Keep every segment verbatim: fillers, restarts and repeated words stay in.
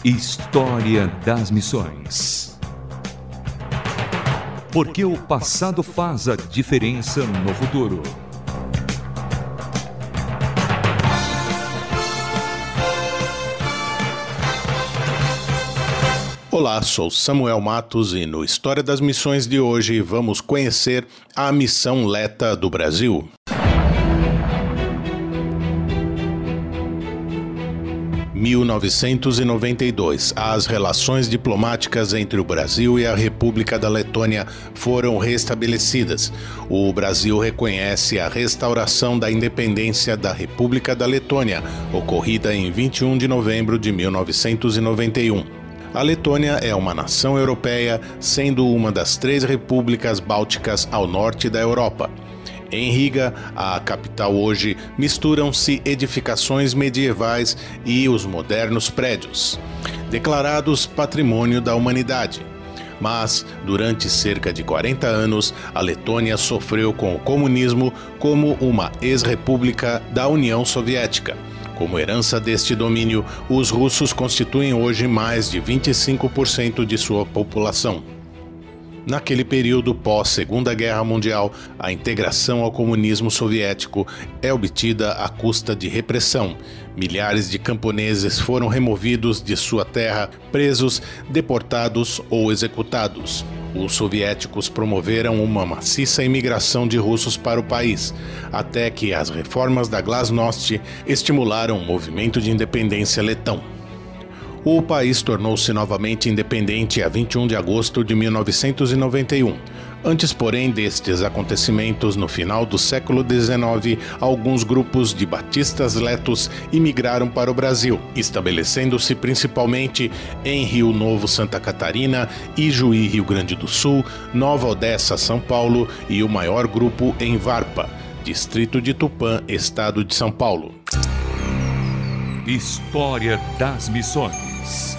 História das Missões. Porque o passado faz a diferença no futuro. Olá, sou Samuel Matos e no História das Missões de hoje vamos conhecer a Missão Leta do Brasil. mil novecentos e noventa e dois, as relações diplomáticas entre o Brasil e a República da Letônia foram restabelecidas. O Brasil reconhece a restauração da independência da República da Letônia, ocorrida em vinte e um de novembro de mil novecentos e noventa e um. A Letônia é uma nação europeia, sendo uma das três repúblicas bálticas ao norte da Europa. Em Riga, a capital hoje, misturam-se edificações medievais e os modernos prédios, declarados Patrimônio da Humanidade. Mas, durante cerca de quarenta anos, a Letônia sofreu com o comunismo como uma ex-república da União Soviética. Como herança deste domínio, os russos constituem hoje mais de vinte e cinco por cento de sua população. Naquele período pós-Segunda Guerra Mundial, a integração ao comunismo soviético é obtida à custa de repressão. Milhares de camponeses foram removidos de sua terra, presos, deportados ou executados. Os soviéticos promoveram uma maciça imigração de russos para o país, até que as reformas da Glasnost estimularam o movimento de independência letão. O país tornou-se novamente independente a vinte e um de agosto de mil novecentos e noventa e um. Antes, porém, destes acontecimentos, no final do século dezenove, alguns grupos de batistas letos imigraram para o Brasil, estabelecendo-se principalmente em Rio Novo, Santa Catarina, Ijuí, Rio Grande do Sul, Nova Odessa, São Paulo e o maior grupo em Varpa, distrito de Tupã, estado de São Paulo. História das Missões.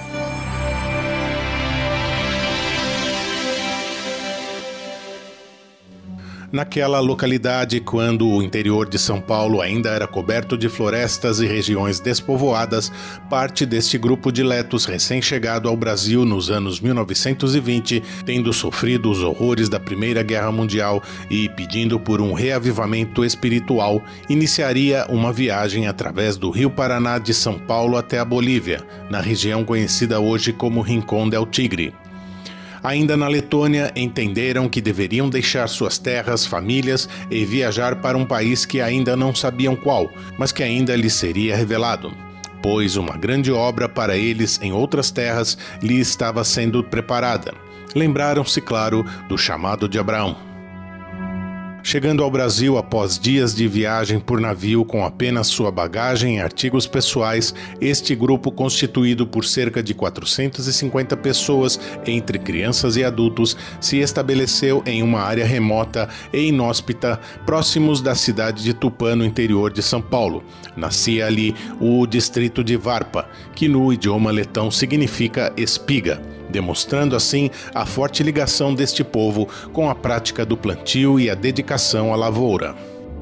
Naquela localidade, quando o interior de São Paulo ainda era coberto de florestas e regiões despovoadas, parte deste grupo de letos recém-chegado ao Brasil nos anos mil novecentos e vinte, tendo sofrido os horrores da Primeira Guerra Mundial e pedindo por um reavivamento espiritual, iniciaria uma viagem através do Rio Paraná de São Paulo até a Bolívia, na região conhecida hoje como Rincón del Tigre. Ainda na Letônia, entenderam que deveriam deixar suas terras, famílias e viajar para um país que ainda não sabiam qual, mas que ainda lhes seria revelado, pois uma grande obra para eles em outras terras lhe estava sendo preparada. Lembraram-se, claro, do chamado de Abraão. Chegando ao Brasil após dias de viagem por navio com apenas sua bagagem e artigos pessoais, este grupo, constituído por cerca de quatrocentas e cinquenta pessoas, entre crianças e adultos, se estabeleceu em uma área remota e inóspita, próximos da cidade de Tupã, no interior de São Paulo. Nascia ali o distrito de Varpa, que no idioma letão significa espiga, demonstrando assim a forte ligação deste povo com a prática do plantio e a dedicação à lavoura.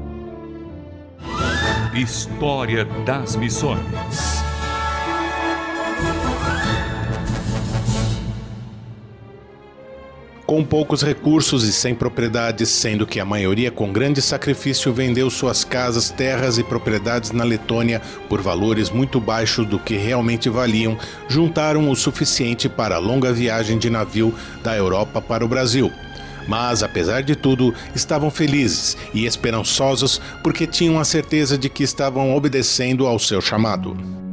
História das Missões. Com poucos recursos e sem propriedades, sendo que a maioria com grande sacrifício vendeu suas casas, terras e propriedades na Letônia por valores muito baixos do que realmente valiam, juntaram o suficiente para a longa viagem de navio da Europa para o Brasil. Mas, apesar de tudo, estavam felizes e esperançosos porque tinham a certeza de que estavam obedecendo ao seu chamado.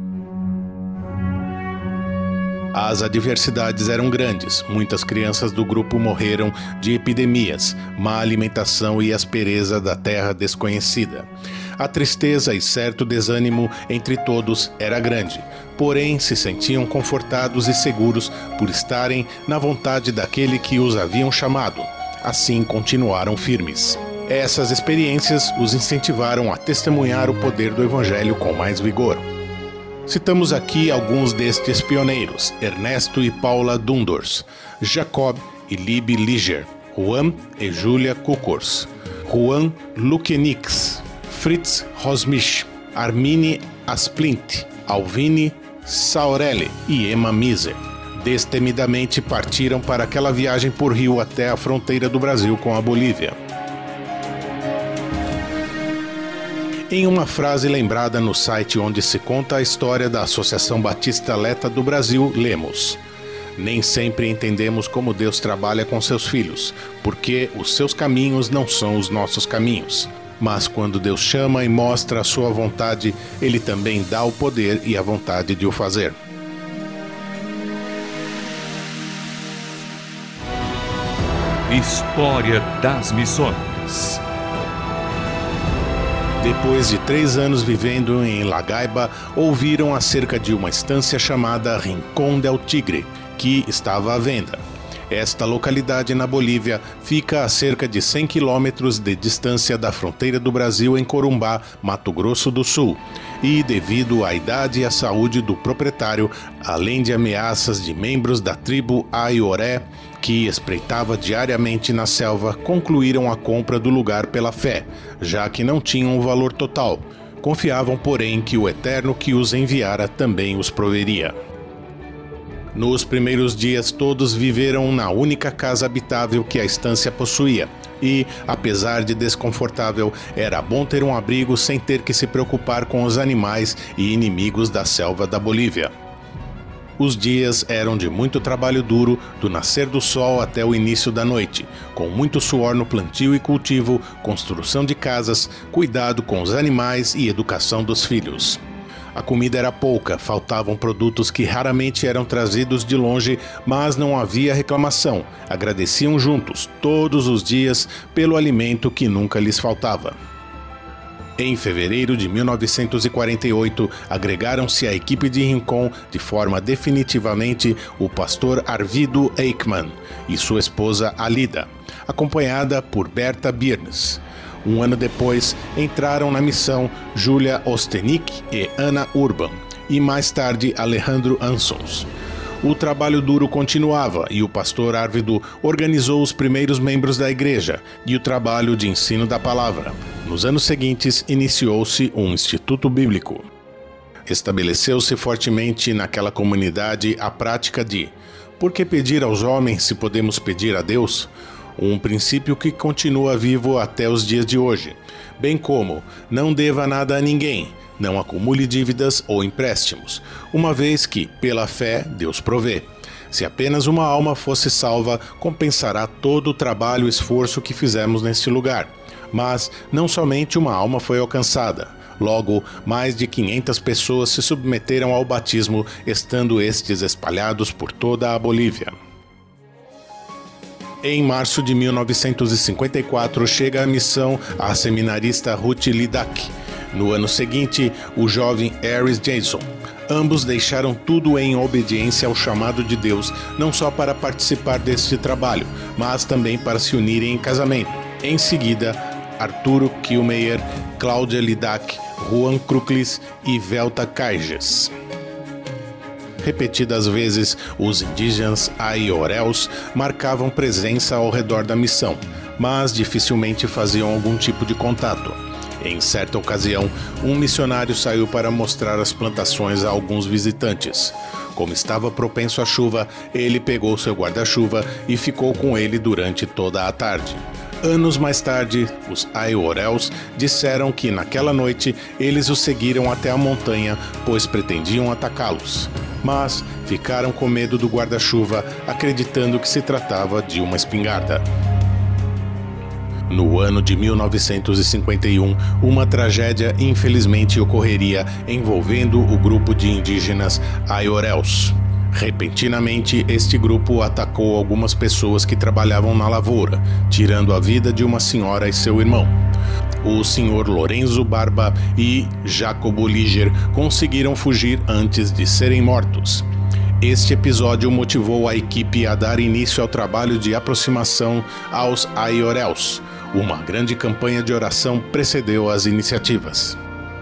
As adversidades eram grandes. Muitas crianças do grupo morreram de epidemias, má alimentação e aspereza da terra desconhecida. A tristeza e certo desânimo entre todos era grande, porém se sentiam confortados e seguros por estarem na vontade daquele que os haviam chamado. Assim continuaram firmes. Essas experiências os incentivaram a testemunhar o poder do Evangelho com mais vigor. Citamos aqui alguns destes pioneiros: Ernesto e Paula Dundors, Jacob e Libby Liger, Juan e Julia Kukors, Juan Lukenix, Fritz Rosmich, Armine Asplint, Alvine Saorelli e Emma Miser. Destemidamente partiram para aquela viagem por rio até a fronteira do Brasil com a Bolívia. Em uma frase lembrada no site onde se conta a história da Associação Batista Leta do Brasil, lemos: nem sempre entendemos como Deus trabalha com seus filhos, porque os seus caminhos não são os nossos caminhos. Mas quando Deus chama e mostra a sua vontade, Ele também dá o poder e a vontade de o fazer. História das Missões. Depois de três anos vivendo em La Gaiba, ouviram acerca de uma estância chamada Rincón del Tigre, que estava à venda. Esta localidade na Bolívia fica a cerca de cem quilômetros de distância da fronteira do Brasil em Corumbá, Mato Grosso do Sul, e devido à idade e à saúde do proprietário, além de ameaças de membros da tribo Aioré, que espreitava diariamente na selva, concluíram a compra do lugar pela fé, já que não tinham o valor total. Confiavam, porém, que o Eterno que os enviara também os proveria. Nos primeiros dias todos viveram na única casa habitável que a estância possuía e, apesar de desconfortável, era bom ter um abrigo sem ter que se preocupar com os animais e inimigos da selva da Bolívia. Os dias eram de muito trabalho duro, do nascer do sol até o início da noite, com muito suor no plantio e cultivo, construção de casas, cuidado com os animais e educação dos filhos. A comida era pouca, faltavam produtos que raramente eram trazidos de longe, mas não havia reclamação. Agradeciam juntos, todos os dias, pelo alimento que nunca lhes faltava. Em fevereiro de mil novecentos e quarenta e oito, agregaram-se à equipe de Rincón de forma definitivamente o pastor Arvido Eichmann e sua esposa Alida, acompanhada por Berta Birnes. Um ano depois, entraram na missão Julia Ostenik e Ana Urban, e mais tarde Alejandro Ansons. O trabalho duro continuava e o pastor Arvido organizou os primeiros membros da igreja e o trabalho de ensino da palavra. Nos anos seguintes, iniciou-se um instituto bíblico. Estabeleceu-se fortemente naquela comunidade a prática de: por que pedir aos homens se podemos pedir a Deus? Um princípio que continua vivo até os dias de hoje, bem como não deva nada a ninguém, não acumule dívidas ou empréstimos, uma vez que, pela fé, Deus provê. Se apenas uma alma fosse salva, compensará todo o trabalho e esforço que fizemos neste lugar. Mas não somente uma alma foi alcançada. Logo, mais de quinhentas pessoas se submeteram ao batismo, estando estes espalhados por toda a Bolívia. Em março de mil novecentos e cinquenta e quatro, chega a missão a seminarista Ruth Lidak. No ano seguinte, o jovem Harris Jason. Ambos deixaram tudo em obediência ao chamado de Deus, não só para participar deste trabalho, mas também para se unirem em casamento. Em seguida, Arturo Kilmeyer, Cláudia Lidak, Juan Kruklis e Velta Cages. Repetidas vezes, os indígenas Aioréus marcavam presença ao redor da missão, mas dificilmente faziam algum tipo de contato. Em certa ocasião, um missionário saiu para mostrar as plantações a alguns visitantes. Como estava propenso à chuva, ele pegou seu guarda-chuva e ficou com ele durante toda a tarde. Anos mais tarde, os Aioréus disseram que naquela noite eles o seguiram até a montanha, pois pretendiam atacá-los. Mas ficaram com medo do guarda-chuva, acreditando que se tratava de uma espingarda. No ano de mil novecentos e cinquenta e um, uma tragédia infelizmente ocorreria envolvendo o grupo de indígenas Aioréus. Repentinamente, este grupo atacou algumas pessoas que trabalhavam na lavoura, tirando a vida de uma senhora e seu irmão. O senhor Lorenzo Barba e Jacobo Liger conseguiram fugir antes de serem mortos. Este episódio motivou a equipe a dar início ao trabalho de aproximação aos Aioréus. Uma grande campanha de oração precedeu as iniciativas.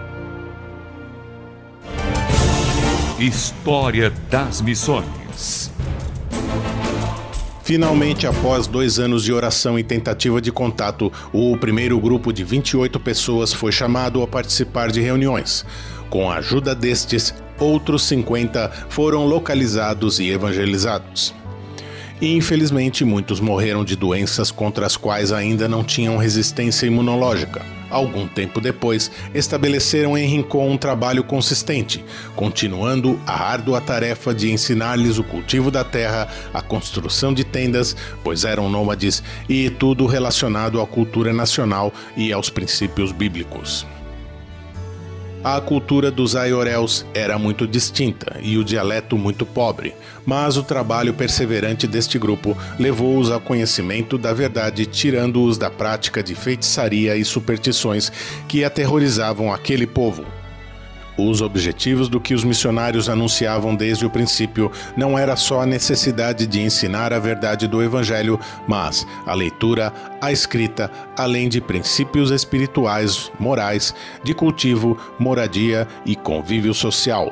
História das Missões. Finalmente, após dois anos de oração e tentativa de contato, o primeiro grupo de vinte e oito pessoas foi chamado a participar de reuniões. Com a ajuda destes, outros cinquenta foram localizados e evangelizados. E, infelizmente, muitos morreram de doenças contra as quais ainda não tinham resistência imunológica. Algum tempo depois, estabeleceram em Rincon um trabalho consistente, continuando a árdua tarefa de ensinar-lhes o cultivo da terra, a construção de tendas, pois eram nômades, e tudo relacionado à cultura nacional e aos princípios bíblicos. A cultura dos aioréus era muito distinta e o dialeto muito pobre, mas o trabalho perseverante deste grupo levou-os ao conhecimento da verdade, tirando-os da prática de feitiçaria e superstições que aterrorizavam aquele povo. Os objetivos do que os missionários anunciavam desde o princípio não era só a necessidade de ensinar a verdade do Evangelho, mas a leitura, a escrita, além de princípios espirituais, morais, de cultivo, moradia e convívio social.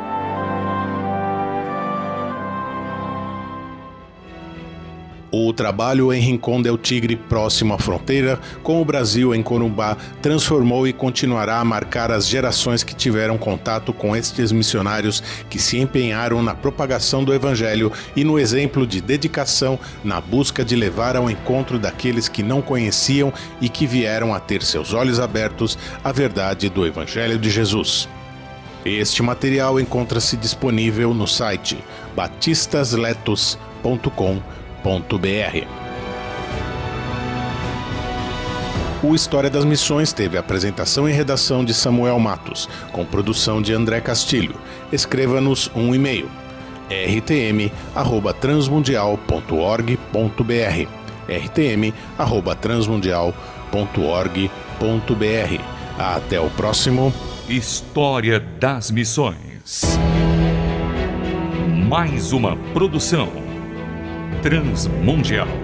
O trabalho em Rincon del Tigre, próximo à fronteira com o Brasil, em Corumbá, transformou e continuará a marcar as gerações que tiveram contato com estes missionários que se empenharam na propagação do Evangelho e no exemplo de dedicação na busca de levar ao encontro daqueles que não conheciam e que vieram a ter seus olhos abertos à verdade do Evangelho de Jesus. Este material encontra-se disponível no site batistasletos ponto com ponto br. O História das Missões teve apresentação e redação de Samuel Matos, com produção de André Castilho. Escreva-nos um e-mail: r t m arroba transmundial ponto org ponto b r r t m arroba transmundial ponto org ponto b r. Até o próximo História das Missões. Mais uma produção Transmundial.